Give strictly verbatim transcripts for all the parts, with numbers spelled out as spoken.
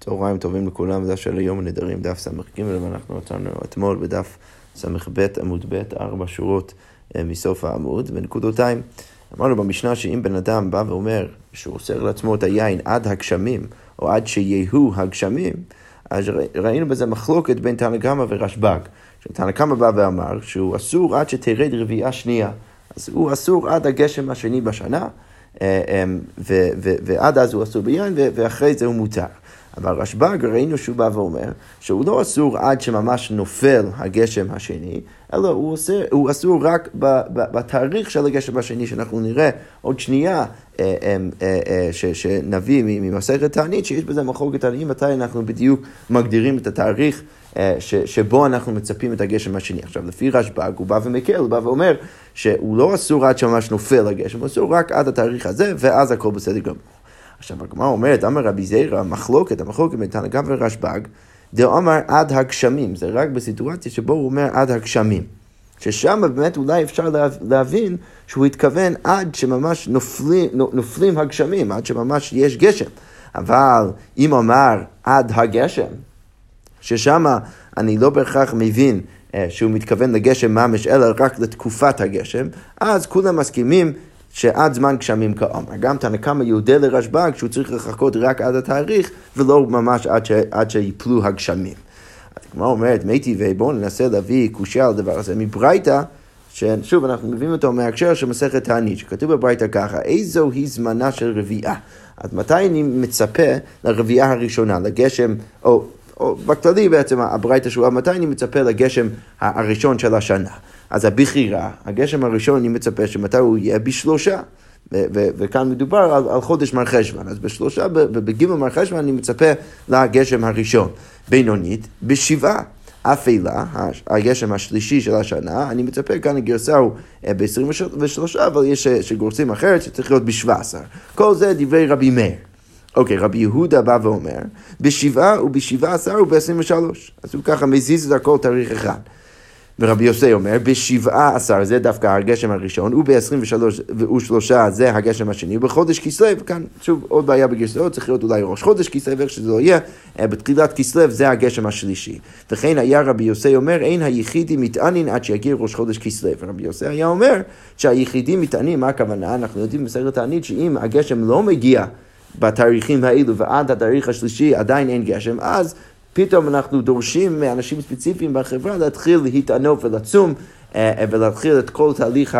צהריים טובים לכולם, דף של היום הנדרים, דף סמך ג' ואנחנו נתנו אתמול בדף סמך ב' עמוד ב', ארבע שורות מסוף העמוד, ונקודותיים. אמרנו במשנה שאם בן אדם בא ואומר שהוא אוסר לעצמו את היין עד הגשמים, או עד שיהיו הגשמים, אז ראינו בזה מחלוקת בין תנא קמא ורשב"ג. תנא קמא בא ואמר שהוא אסור עד שתרד רביעה שנייה, אז הוא אסור עד הגשם השני בשנה, ו- ו- ועד אז הוא אסור ביין, ו- ואחרי זה הוא מותר. אבל רשב"ג ראינו שהוא בא ואומר שהוא לא אסור עד שממש נופל הגשם השני, אלא הוא אסור, הוא אסור רק ב- ב- בתאריך של הגשם השני, שאנחנו נראה עוד שנייה ש- שנביא ממסכת תענית, שיש בזה מחלוקת תנאים מתי אנחנו בדיוק מגדירים את התאריך ש- שבו אנחנו מצפים את הגשם השני. עכשיו, לפי רשב"ג, הוא בא ומקל, הוא בא ואומר שהוא לא אסור עד שממש נופל הגשם, הוא אסור רק עד התאריך הזה, ואז הכל בסדר גמור. עכשיו, הגמרא אומרת, אמר רבי זירא, המחלוקת, המחלוקת בין תנא קמא ורשב"ג, דאמר עד הגשמים, זה רק בסיטואציה שבו הוא אומר עד הגשמים. ששם באמת אולי אפשר להבין שהוא התכוון עד שממש נופלים, נופלים הגשמים, עד שממש יש גשם. אבל אם אמר עד הגשם, ששם אני לא בהכרח מבין שהוא מתכוון לגשם ממש, אלא רק לתקופת הגשם, אז כולם מסכימים שעד זמן גשמים כאומר. גם תנא קמא יודה לרשב"ג שהוא צריך לחכות רק עד התאריך, ולא ממש עד, ש... עד שיפלו הגשמים. הגמרא אומרת, מי טבעי, בואו ננסה להביא קושיה על הדבר הזה מברייתא, ששוב אנחנו מביאים אותו מההקשר של מסכת תענית, שכתוב בברייתא ככה, איזו היא זמנה של רביעה. אז מתי אני מצפה לרביעה הראשונה, לגשם, או, או בכללי בעצם הברייתא שואל, מתי אני מצפה לגשם הראשון של השנה? אז הבחירה, הגשם הראשון, אני מצפה שמתי הוא יהיה בשלושה, ו- ו- וכאן מדובר על, על חודש מר חשוון, אז בשלושה, בג' מר חשוון אני מצפה לגשם הראשון. בינונית, בשבעה, אפלה, הגשם השלישי של השנה, אני מצפה, כאן הגרסה הוא ב-עשרים ושלוש, אבל יש שגורסים אחרת שצריך להיות ב-שבע עשרה. כל זה דברי רבי מאיר. אוקיי, רבי יהודה בא ואומר, בשבעה ובשבעה עשר וב-עשרים ושלוש. אז הוא ככה מזיז את הכל תאריך אחד. ורבי יוסי אומר, בשבעה עשר זה דווקא הגשם הראשון, וב-עשרים ושלושה זה הגשם השני, ובחודש כסלו, וכאן שוב עוד בעיה בגרסאות, צריך להיות אולי ראש חודש כסלו, ואיך שזה לא יהיה, בתחילת כסלו זה הגשם השלישי. וכן היה רבי יוסי אומר, אין היחידים מתענין עד שיגיע ראש חודש כסלו. ורבי יוסי היה אומר, שהיחידים מתענין, מה הכוונה? אנחנו יודעים במסכת תענית, שאם הגשם לא מגיע בתאריכים האלו, ועד התאריך השלישי עדיין אין גשם, אז פתאום אנחנו דורשים מאנשים ספציפיים בחברה להתחיל להתענוף ולצום ולהתחיל את כל תהליך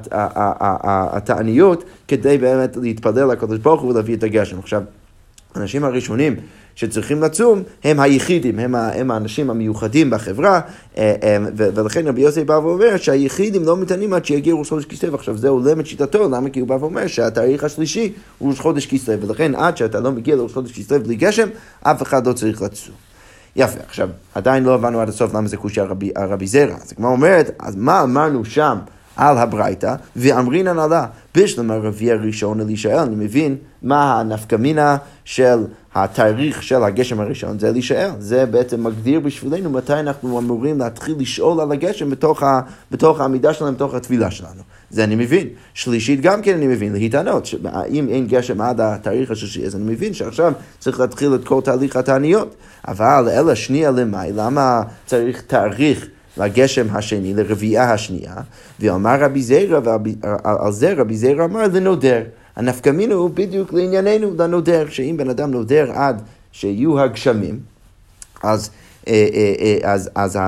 התעניות כדי באמת להתפלל לקדוש ברוך הוא ולהביא את הגשם. עכשיו, האנשים הראשונים שצריכים לצום הם היחידים, הם, הם האנשים המיוחדים בחברה, ולכן רבי יוסי בא ואומר שהיחידים לא מתענים עד שיגיעו ראש חודש כסלו. עכשיו זה עולם את שיטתו, למה? כי הוא בא ואומר שהתאריך השלישי הוא ראש חודש כסלו, ולכן עד שאתה לא מגיע לראש חודש כסלו בלי גשם, אף אחד לא צריך לצום. יפה, עכשיו, עדיין לא הבנו עד הסוף למה זה קושיה הרבי, הרבי זרע. אז כמו אומרת, אז מה אמרנו שם על הברייתא, ואמרינן עלה, בשלמה רביע ראשון להישאל, אני מבין מה הנפקמינה של התאריך של הגשם הראשון, זה להישאל. זה בעצם מגדיר בשבילנו מתי אנחנו אמורים להתחיל לשאול על הגשם בתוך, ה, בתוך העמידה שלנו, בתוך התפילה שלנו. זה אני מבין. שלישית גם כן אני מבין, להתענות. אם אין גשם עד התאריך השלישי, אז אני מבין שעכשיו צריך להתחיל את כל תהליך התעניות. אבל אלא שנייה למאי, למה צריך תאריך לגשם השני, לרביעה השנייה? ואמר רבי זירא, ועל זה רבי זירא אמר לנודר. הנפקמינו הוא בדיוק לענייננו לנודר, שאם בן אדם נודר עד שיהיו הגשמים, אז אז, אז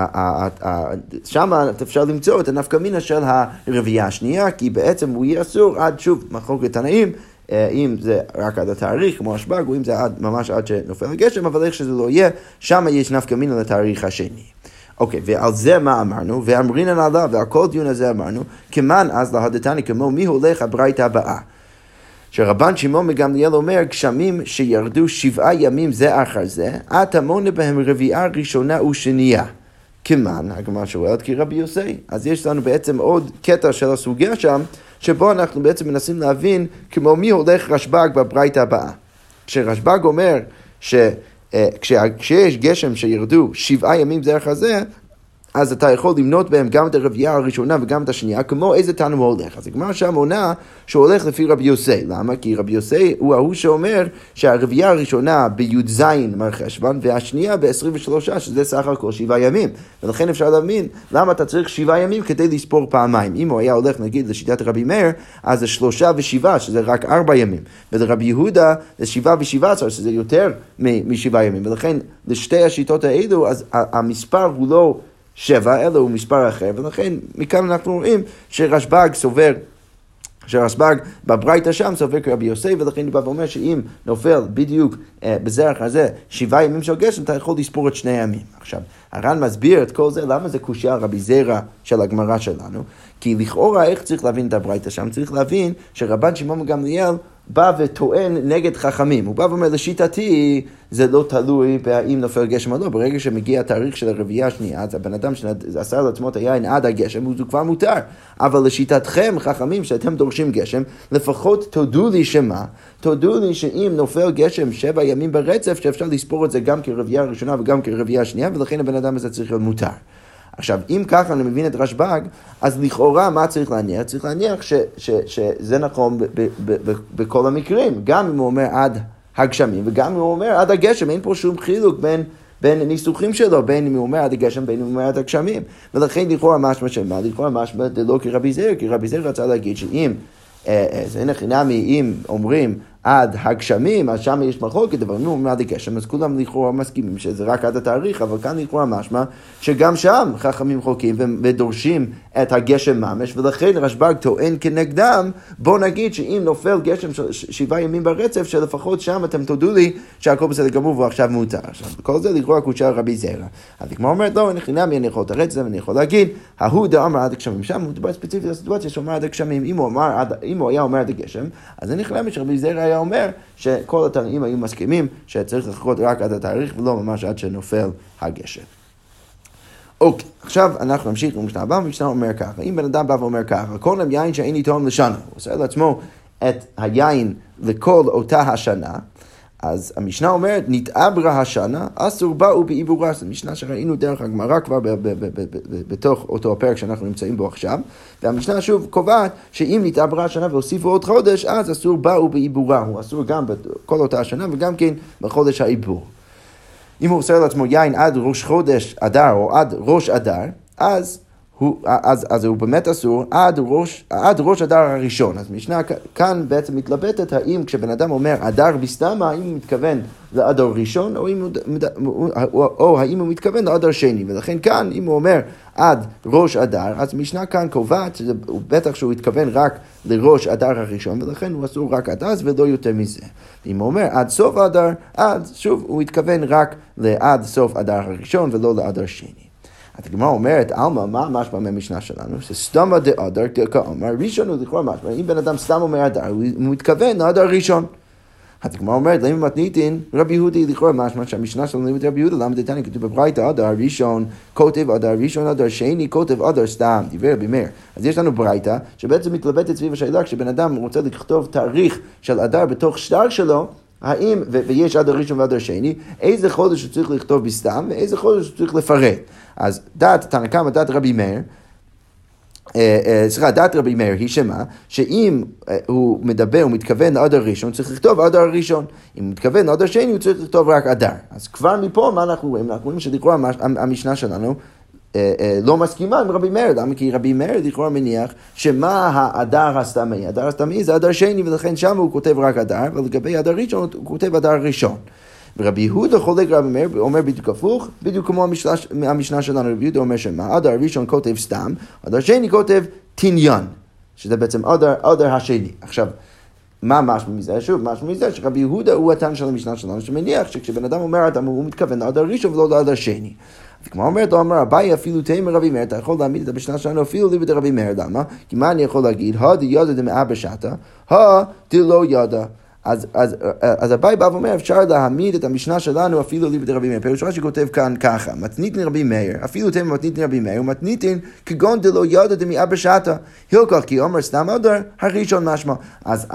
שם אפשר למצוא את הנפקמינה של הרביעה השנייה, כי בעצם הוא יהיה אסור עד, שוב, מחלוקת תנאים, אם זה רק עד התאריך, כמו השב"ג, או אם זה עד, ממש עד שנופל הגשם, אבל איך שזה לא יהיה, שם יש נפקמינה לתאריך השני. אוקיי, ועל זה מה אמרנו? ואמרינן עליו, ועל כל דיון הזה אמרנו, כמן אז להדתני, כמו מי הולך הברייתא הבאה. שרבן שמעון מגמליאל אומר, גשמים שירדו שבעה ימים זה אחר זה, אתה מונה בהם רביעה ראשונה ושנייה. כמן, הגמרא שואלת, כי רבי יוסי. אז יש לנו בעצם עוד קטע של הסוגיה שם, שבו אנחנו בעצם מנסים להבין כמו מי הולך רשב"ג בברייתא הבאה. כשרשב"ג אומר שכשיש גשם שירדו שבעה ימים זה אחר זה, אז אתה יכול למנות בהם גם את הרביעייה הראשונה וגם את השנייה, כמו איזה תנא הוא הולך. אז הגמרא שם עונה שהוא הולך לפי רבי יוסי. למה? כי רבי יוסי הוא ההוא שאומר שהרביעייה הראשונה בי"ז מרחשוון, והשנייה ב-עשרים ושלוש, שזה סך הכל שבעה ימים. ולכן אפשר להבין למה אתה צריך שבעה ימים כדי לספור פעמיים. אם הוא היה הולך נגיד לשיטת רבי מאיר, אז זה שלושה ושבעה, שזה רק ארבע ימים. ולרבי יהודה זה שבעה ושבעה עשר, שזה יותר משבעה ימים. ולכן לשתי השיטות האלו, אז המספר הוא לא שבע, אלא הוא מספר אחר, ולכן מכאן אנחנו רואים שרשב"ג סובר, שרשב"ג בברייתא שם סובר כרבי יוסי, ולכן הוא בא ואומר שאם נופל בדיוק אה, בזרח הזה שבעה ימים של גשם, אתה יכול לספור את שני הימים. עכשיו, הר"ן מסביר את כל זה, למה זה קושיה רבי זרע של הגמרא שלנו, כי לכאורה איך צריך להבין את הברייתא שם? צריך להבין שרבן שמעון גמליאל בא וטוען נגד חכמים. הוא בא ואומר, לשיטתי זה לא תלוי בהאם נופל גשם או לא. ברגע שמגיע התאריך של הרביעייה השנייה, אז הבן אדם שעשה לעצמו את היין עד הגשם, הוא כבר מותר. אבל לשיטתכם, חכמים, שאתם דורשים גשם, לפחות תודו לי שמה, תודו לי שאם נופל גשם שבע ימים ברצף, שאפשר לספור את זה גם כרביעייה הראשונה וגם כרביעייה השנייה, ולכן הבן אדם הזה צריך להיות מותר. עכשיו, אם ככה אני מבין את רשב"ג, אז לכאורה מה צריך להניח? צריך להניח ש, ש, שזה נכון ב, ב, ב, ב, בכל המקרים, גם אם הוא אומר עד הגשמים, וגם אם הוא אומר עד הגשם, אין פה שום חילוק בין, בין ניסוחים שלו, בין אם הוא אומר עד הגשם, בין אם הוא אומר עד הגשמים. ולכן לכאורה משמע שמה, לכאורה משמע לא כרבי זר, כי רבי זר רצה להגיד שאם, אז אין חינמי, אם אומרים עד הגשמים, אז שם יש מחלוקת, אבל אם הוא אומר עד הגשם, אז כולם לכאורה מסכימים שזה רק עד התאריך, אבל כאן לכאורה משמע שגם שם חכמים חולקים ודורשים את הגשם ממש, ולכן רשב"ג טוען כנגדם, בוא נגיד שאם נופל גשם שבעה ימים ברצף, שלפחות שם אתם תודו לי שהכל בסדר גמור ועכשיו מותר. עכשיו, כל זה לכאורה קושיה רבי זרע. אז כמו אומרת, לא, אני חינמי, אני יכול לתרץ את זה, ואני יכול להגיד, ההוא דאמר עד הגשמים, שם הוא דבר ספציפי לסיטואציה שאומר עד הגשמים. אם הוא, אמר, עד, אם הוא היה אומר עד הגשם, אז אני חינמי שרבי זרע היה אומר שכל התנאים היו מסכימים שצריך לחכות רק עד התאריך ולא ממש עד שנופל הגשם. אוקיי, עכשיו אנחנו נמשיך למשנה הבאה, המשנה אומר ככה, אם בן אדם בא ואומר ככה, קונם יין שאין איתו לשנה, הוא עושה לעצמו את היין לכל אותה השנה, אז המשנה אומרת, נתעברה השנה, אסור באו בעיבורה. זו משנה שראינו דרך הגמרא כבר בתוך אותו הפרק שאנחנו נמצאים בו עכשיו, והמשנה שוב קובעת שאם נתעברה השנה והוסיפו עוד חודש, אז אסור באו בעיבורה. הוא אסור גם בכל אותה השנה וגם כן בחודש העיבור. אם הוא עושה לעצמו יין עד ראש חודש אדר או עד ראש אדר, אז הוא, אז, אז הוא באמת אסור עד ראש, עד ראש אדר הראשון. אז משנה כאן בעצם מתלבטת האם כשבן אדם אומר אדר בסתמה, האם הוא מתכוון לאדר ראשון, או, הוא, או, או האם הוא מתכוון לאדר שני. ולכן כאן, אם הוא אומר עד ראש אדר, אז משנה כאן קובעת, שזה, בטח שהוא התכוון רק לראש אדר הראשון, ולכן הוא אסור רק עד אז ולא יותר מזה. אם הוא אומר עד סוף אדר, אז שוב הוא התכוון רק לעד סוף אדר הראשון ולא לאדר שני. הגמרא אומרת, אלמה, מה משמע מהמשנה שלנו? שסתמה דאדר כאומר, ראשון הוא לכאורה משמע. אם בן אדם סתם אומר אדר, הוא מתכוון לאדר ראשון. הגמרא אומרת, למה מתניתין רבי יהודי לכאורה משמע שהמשנה שלנו לימד רבי יהודה, למה דתני כתוב בברייתא אדר ראשון, כותב אדר ראשון, אדר שני, כותב אדר סתם, דברי רבי מאיר. אז יש לנו ברייתא שבעצם מתלבטת סביב השאלה, כשבן אדם רוצה לכתוב תאריך של אדר בתוך שטר שלו, האם, ויש אדר ראשון ואדר שני, איזה חודש הוא צריך לכתוב בסתם, ואיזה חודש הוא צריך לפרט. אז דעת תנא קמא, דעת רבי מאיר, סליחה, דעת רבי מאיר היא שמה, שאם הוא מדבר, הוא מתכוון לאדר ראשון, צריך לכתוב אדר ראשון. אם הוא מתכוון לאדר שני, הוא צריך לכתוב רק אדר. אז כבר מפה, מה אנחנו רואים? אנחנו רואים שלקרוא המשנה שלנו, לא מסכימה עם רבי מאיר. למה? כי רבי מאיר לכאורה מניח שמה האדר הסתמי? האדר הסתמי זה אדר שני, ולכן שם הוא כותב רק אדר, ולגבי אדר ראשון הוא כותב אדר ראשון. ורבי יהודה חולק רבי מאיר, אומר בדיוק הפוך, בדיוק כמו המשנה, המשנה שלנו. רבי יהודה אומר שמה? אדר ראשון כותב סתם, אדר שני כותב תניון, שזה בעצם אדר, אדר השני. עכשיו, מה משמע מזה? שוב, משמע מזה שרבי יהודה הוא התנא של המשנה שלנו, שמניח שכשבן אדם אומר אדם, הוא מתכוון לאדר ראשון ולא לאדר שני. וכמו אומרת, הוא אמר, אביי אפילו תימא רבי מאיר, אתה יכול להעמיד את המשנה שלנו אפילו ליבד רבי מאיר. למה? כי מה אני יכול להגיד? הא דיודא דמאה בשעתא, הא דלא ידא. אז, אז, אז אביי בא ואומר, אפשר להעמיד את המשנה שלנו אפילו ליבד רבי מאיר. פירוש רש"י כותב כאן ככה, מתניתין רבי מאיר, אפילו תימא מתניתין רבי מאיר, ומתניתין כגון דלא ידא דמאה בשעתא. הילקח כי אומר סתם אדר, הראשון משמע. אז, אז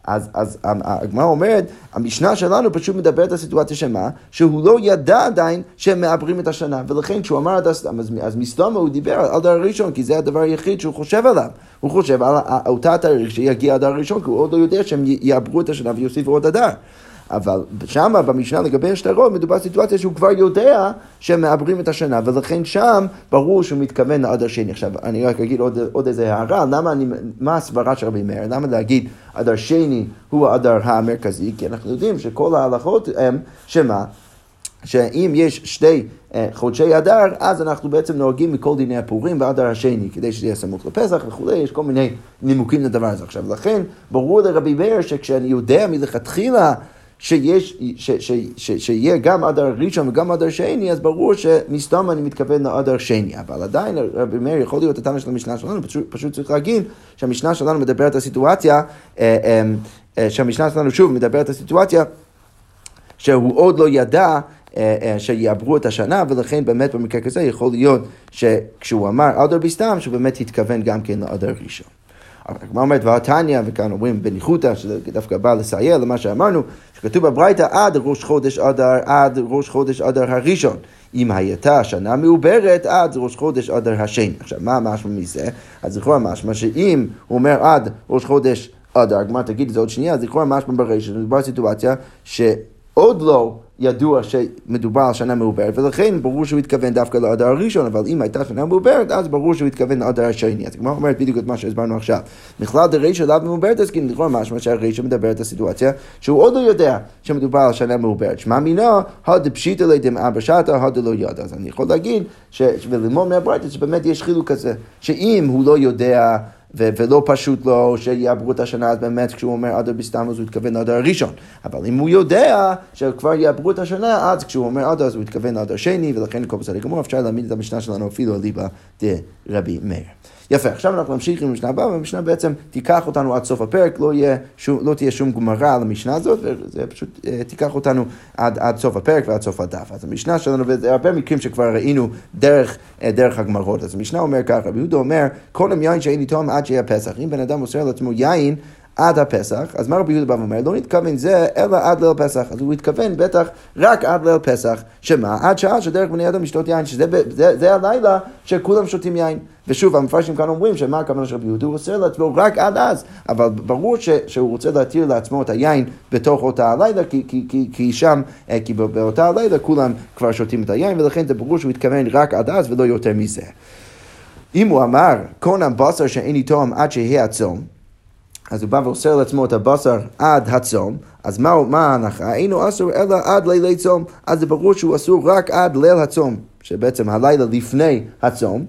אז, אז הגמרא אומרת, המשנה שלנו פשוט מדברת על הסיטואציה שמה? שהוא לא ידע עדיין שהם מעברים את השנה, ולכן כשהוא אמר, אז, אז מסתמה הוא דיבר על אדר הראשון, כי זה הדבר היחיד שהוא חושב עליו. הוא חושב על אותה תאריך שיגיע אדר הראשון, כי הוא עוד לא יודע שהם יעברו את השנה ויוסיפו עוד אדר. אבל שם במשנה לגבי השטרות מדובר סיטואציה שהוא כבר יודע שהם מעברים את השנה, ולכן שם ברור שהוא מתכוון לאדר שני. עכשיו אני רק אגיד עוד, עוד איזה הערה, למה אני, מה הסברה של רבי מאיר, למה להגיד אדר שני הוא האדר המרכזי, כי אנחנו יודעים שכל ההלכות הם שמה, שאם יש שתי חודשי אדר, אז אנחנו בעצם נוהגים מכל דיני הפורים באדר השני, כדי שזה יהיה סמוך לפסח וכו', יש כל מיני נימוקים לדבר הזה. עכשיו לכן ברור לרבי מאיר שכשאני יודע מלכתחילה שיש, ש, ש, ש, שיהיה גם אדר ראשון וגם אדר שני, אז ברור שמסתם אני מתכוון לאדר שני. אבל עדיין, רבי מאיר, יכול להיות התנא של המשנה שלנו, פשוט, פשוט צריך להגיד שהמשנה שלנו מדברת על הסיטואציה, שהמשנה שלנו שוב מדברת על הסיטואציה, שהוא עוד לא ידע שיעברו את השנה, ולכן באמת במקרה כזה יכול להיות שכשהוא אמר אדר בסתם, שהוא באמת התכוון גם כן לאדר ראשון. הגמרא אומרת והתניא, וכאן אומרים בניחותא, שזה דווקא בא לסייע למה שאמרנו, שכתוב בברייתא עד ראש חודש אדר, עד ראש חודש אדר הראשון. אם הייתה שנה מעוברת, עד ראש חודש אדר השני. עכשיו, מה המשמע מזה? אז זכור המשמע שאם הוא אומר עד ראש חודש אדר, הגמרא תגיד את זה עוד שנייה, אז זכור המשמע ברישא, מדובר סיטואציה שעוד לא ידוע שמדובר על שנה מעוברת, ולכן ברור שהוא התכוון דווקא לאדר הראשון, אבל אם הייתה שנה מעוברת, אז ברור שהוא התכוון לאדר השני. אז כמו אומרת בדיוק את מה שהסברנו עכשיו. מכלל דרישא לאו מעוברת, אז כן, לכאורה משמע שהרישא מדברת על הסיטואציה, שהוא עוד לא יודע שמדובר על שנה מעוברת. שמע מינה, הדפשיטא לידם אברשתא, הדלא ידע. אז אני יכול להגיד, וללמוד מהברייתא, שבאמת יש חילוק כזה, שאם הוא לא יודע ו- ולא פשוט לו שיעברו את השנה, אז באמת כשהוא אומר אדר בסתם אז הוא התכוון לאדר הראשון. אבל אם הוא יודע שכבר יעברו את השנה, אז כשהוא אומר אדר אז הוא התכוון לאדר שני, ולכן כל בסדר גמור אפשר להעמיד את המשנה שלנו אפילו אליבא דרבי מאיר. יפה, עכשיו אנחנו נמשיך עם המשנה הבאה, והמשנה בעצם תיקח אותנו עד סוף הפרק, לא, יהיה שום, לא תהיה שום גמרא על המשנה הזאת, וזה פשוט uh, תיקח אותנו עד, עד סוף הפרק ועד סוף הדף. אז המשנה שלנו, וזה הרבה מקרים שכבר ראינו דרך, uh, דרך הגמרות. אז המשנה אומר ככה, רבי יהודה אומר, קודם יין שאין איתו עד שיהיה פסח. אם בן אדם מוסר לעצמו יין עד הפסח, אז מה רבי יהודה בא ואומר? לא נתכוון זה, אלא עד ליל פסח. אז הוא התכוון בטח רק עד ליל פסח, שמה? עד שעה שדרך בני אדם לשתות יין, שזה זה, זה הלילה שכולם שותים יין. ושוב, המפרשים כאן אומרים שמה הכוונה של רבי יהודה? הוא עושה לעצמו רק עד אז, אבל ברור ש, שהוא רוצה להתיר לעצמו את היין בתוך אותה הלילה, כי, כי, כי, כי שם, כי באותה הלילה כולם כבר שותים את היין, ולכן זה ברור שהוא התכוון רק עד אז ולא יותר מזה. אם הוא אמר, קון הבשר שאין איתו עד שיהיה הצום, אז הוא בא ואוסר לעצמו את הבשר עד הצום, אז מה, מה ההנחה? אינו אסור אלא עד לילי צום, אז זה ברור שהוא אסור רק עד ליל הצום, שבעצם הלילה לפני הצום,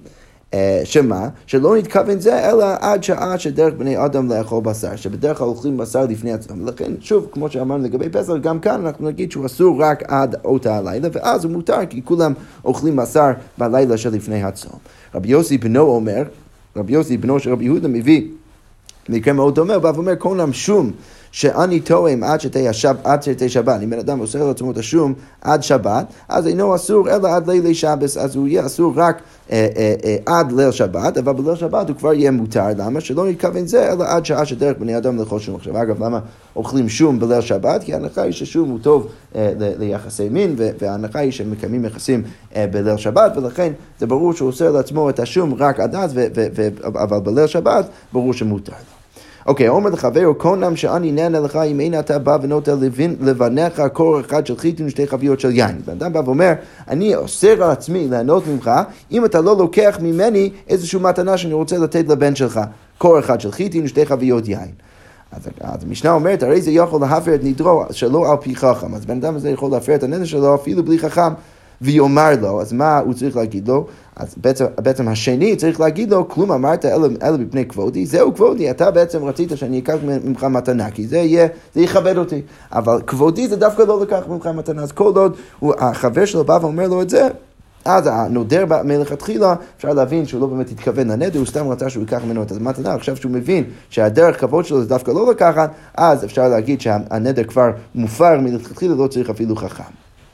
שמה? שלא נתכוון זה אלא עד שעה שדרך בני אדם לאכול בשר, שבדרך כלל אוכלים בשר לפני הצום. לכן, שוב, כמו שאמרנו לגבי פסח, גם כאן אנחנו נגיד שהוא אסור רק עד אותה הלילה, ואז הוא מותר, כי כולם אוכלים בשר בלילה שלפני הצום. רבי יוסי בנו אומר, רבי יוסי בנו של רבי יהודה מביא, מקרה מאוד דומה, הוא בא ואומר, קונם שום שאני תואם עד שתהיה שבת, אם בן אדם אוסר לעצמו את השום עד שבת, אז אינו אסור אלא עד לילי שבס, אז הוא יהיה אסור רק אה, אה, אה, עד ליל שבת, אבל בליל שבת הוא כבר יהיה מותר. למה? שלא נתכוון זה אלא עד שעה שדרך בני אדם לאכול שום. עכשיו אגב, למה אוכלים שום בליל שבת? כי ההנחה היא ששום הוא טוב אה, ל- ליחסי מין, וההנחה היא שמקיימים יחסים אה, בליל שבת, ולכן זה ברור שהוא אוסר לעצמו את השום רק עד אז, ו- ו- ו- אבל בליל שבת ברור שמותר. אוקיי, אומר לחבר, קונם שאני נהנה לך אם אין אתה בא ונוטה לבניך קור אחד של חיטין ושתי חביות של יין. בן אדם בא ואומר, אני אוסר על עצמי לענות ממך, אם אתה לא לוקח ממני איזושהי מתנה שאני רוצה לתת לבן שלך, קור אחד של חיטין ושתי חביות יין. אז, אז המשנה אומרת, הרי זה יכול להפר את נדרו שלא על פי חכם. אז בן אדם הזה יכול להפר את הנדר שלו אפילו בלי חכם. ויאמר לו, אז מה הוא צריך להגיד לו? אז בעצם, בעצם השני צריך להגיד לו, כלום אמרת אלה, אלה בפני כבודי, זהו כבודי, אתה בעצם רצית שאני אקח ממך מתנה, כי זה יהיה, זה יכבד אותי. אבל כבודי זה דווקא לא לקח ממך מתנה, אז כל עוד הוא, החבר שלו בא ואומר לו את זה, אז הנודר מלכתחילה, אפשר להבין שהוא לא באמת התכוון לנדר, הוא סתם רצה שהוא ייקח ממנו את המתנה, עכשיו שהוא מבין שהדרך כבוד שלו זה דווקא לא לקחת, אז אפשר להגיד שהנדר כבר מופר מלכתחילה, לא צריך אפילו חכם.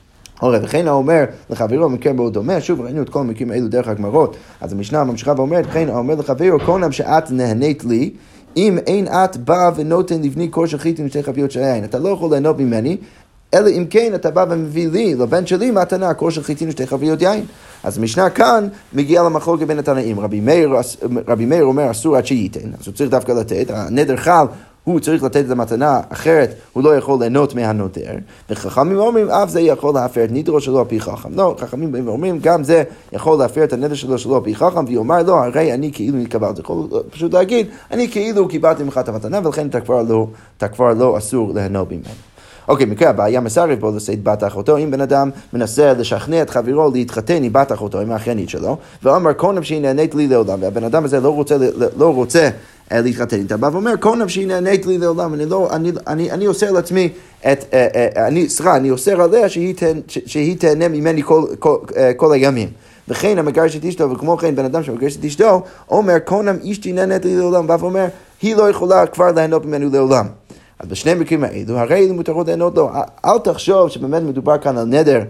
הרי וכן האומר לחברו מקרה מאוד דומה, שוב ראינו את כל המקרים האלו דרך הגמרות, אז המשנה ממשיכה ואומרת, וכן האומר לחברו, קונם שאת נהנית לי, אם אין את בא ונותן לבני כור של חיטין ושתי חביות של יין, אתה לא יכול ליהנות ממני, אלא אם כן אתה בא ומביא לי, לבן שלי, מתנה, כור של חיטין ושתי חביות יין. אז המשנה כאן מגיעה למחלוקת בין התנאים. רבי מאיר, רבי מאיר אומר אסור עד שייתן, אז הוא צריך דווקא לתת, הנדר חל, הוא צריך לתת את המתנה, אחרת הוא לא יכול ליהנות מהנודר. וחכמים אומרים, אף זה יכול להפר את נדרו שלו על פי חכם. לא, חכמים באים ואומרים, גם זה יכול להפר את הנדר שלו שלו על פי חכם, ויאמר לו, הרי אני כאילו נתקבלתי. יכול פשוט להגיד, אני כאילו קיבלתי ממך את המתנה, ולכן אתה כבר לא, אתה כבר לא אסור ליהנות ממנו. אוקיי, מקרה הבא, היה מסרב בו לשאת בת אחותו, אם בן אדם מנסה לשכנע את חברו להתחתן עם בת אחותו, עם האחיינית שלו, ואומר, כל נפשי נהנית לי לעולם, והבן אדם הזה לא רוצה, לא רוצה להתחתן איתה, ואומר, כל נפשי נהנית לי לעולם, אני, לא, אני, אני, אני אוסר לעצמי, את, אני, סליחה, אני אוסר עליה שהיא, שהיא תהנה ממני כל, כל, כל הימים. וכן המגרש את אשתו, וכמו כן בן אדם שמגרש את אשתו, אומר, קונם אשתי נהנית לי לעולם, ואומר, היא לא יכולה כבר ליהנות ממנו לעולם. אז בשני מקרים האלו, הרי אלו מותרות ליהנות לו. אל תחשוב שבאמת מדובר כאן על נדר,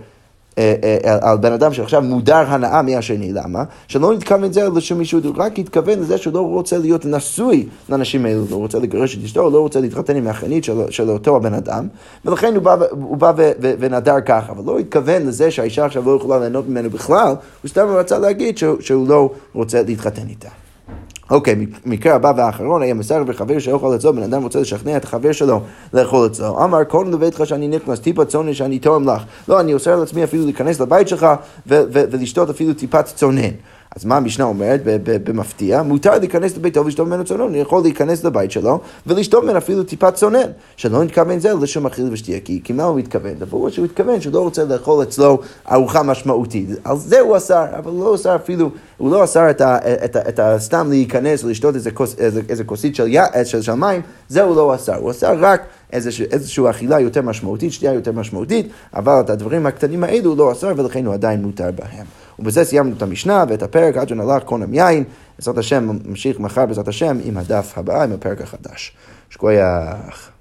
על בן אדם שעכשיו מודר הנאה מהשני. למה? שלא נתכוון זה לשום מישהו, הוא רק התכוון לזה שהוא לא רוצה להיות נשוי לאנשים האלו, הוא רוצה לגרש את אשתו, הוא לא רוצה להתחתן עם האחיינית של, של אותו הבן אדם, ולכן הוא בא, הוא בא ו, ו, ונדר ככה, אבל לא התכוון לזה שהאישה עכשיו לא יכולה ליהנות ממנו בכלל, הוא סתם רצה להגיד שהוא, שהוא לא רוצה להתחתן איתה. אוקיי, מקרה הבא והאחרון, היה מסרב וחבר שאוכל אצלו, בן אדם רוצה לשכנע את החבר שלו לאכול אצלו. אמר, קודם לביתך שאני נכנס, טיפת צונן שאני תורם לך. לא, אני אוסר לעצמי אפילו להיכנס לבית שלך ולשתות אפילו טיפת צונן. אז מה המשנה אומרת במפתיע? מותר להיכנס לביתו ולשתות ממנו צונן. אני יכול להיכנס לבית שלו ולשתות ממנו אפילו טיפת צונן. שלא נתכוון זה לשום אכיל ושתייה. כי, כי מה הוא מתכוון? ברור שהוא מתכוון שהוא לא רוצה לאכול אצלו ארוחה משמעותית. על זה הוא אסר, אבל לא אסר אפילו, הוא לא אסר את, ה, את, ה, את הסתם להיכנס ולשתות איזה, כוס, איזה, איזה כוסית של, של, של מים, זה הוא לא אסר. הוא אסר רק איזושהי, איזושהי אכילה יותר משמעותית, שתייה יותר משמעותית, אבל את הדברים הקטנים האלו הוא לא אסר ולכן הוא עדיין מותר בהם. ובזה סיימנו את המשנה ואת הפרק עד שנלך קונם יין. בעזרת השם, ממשיך מחר בעזרת השם עם הדף הבא, עם הפרק החדש. שכוייח.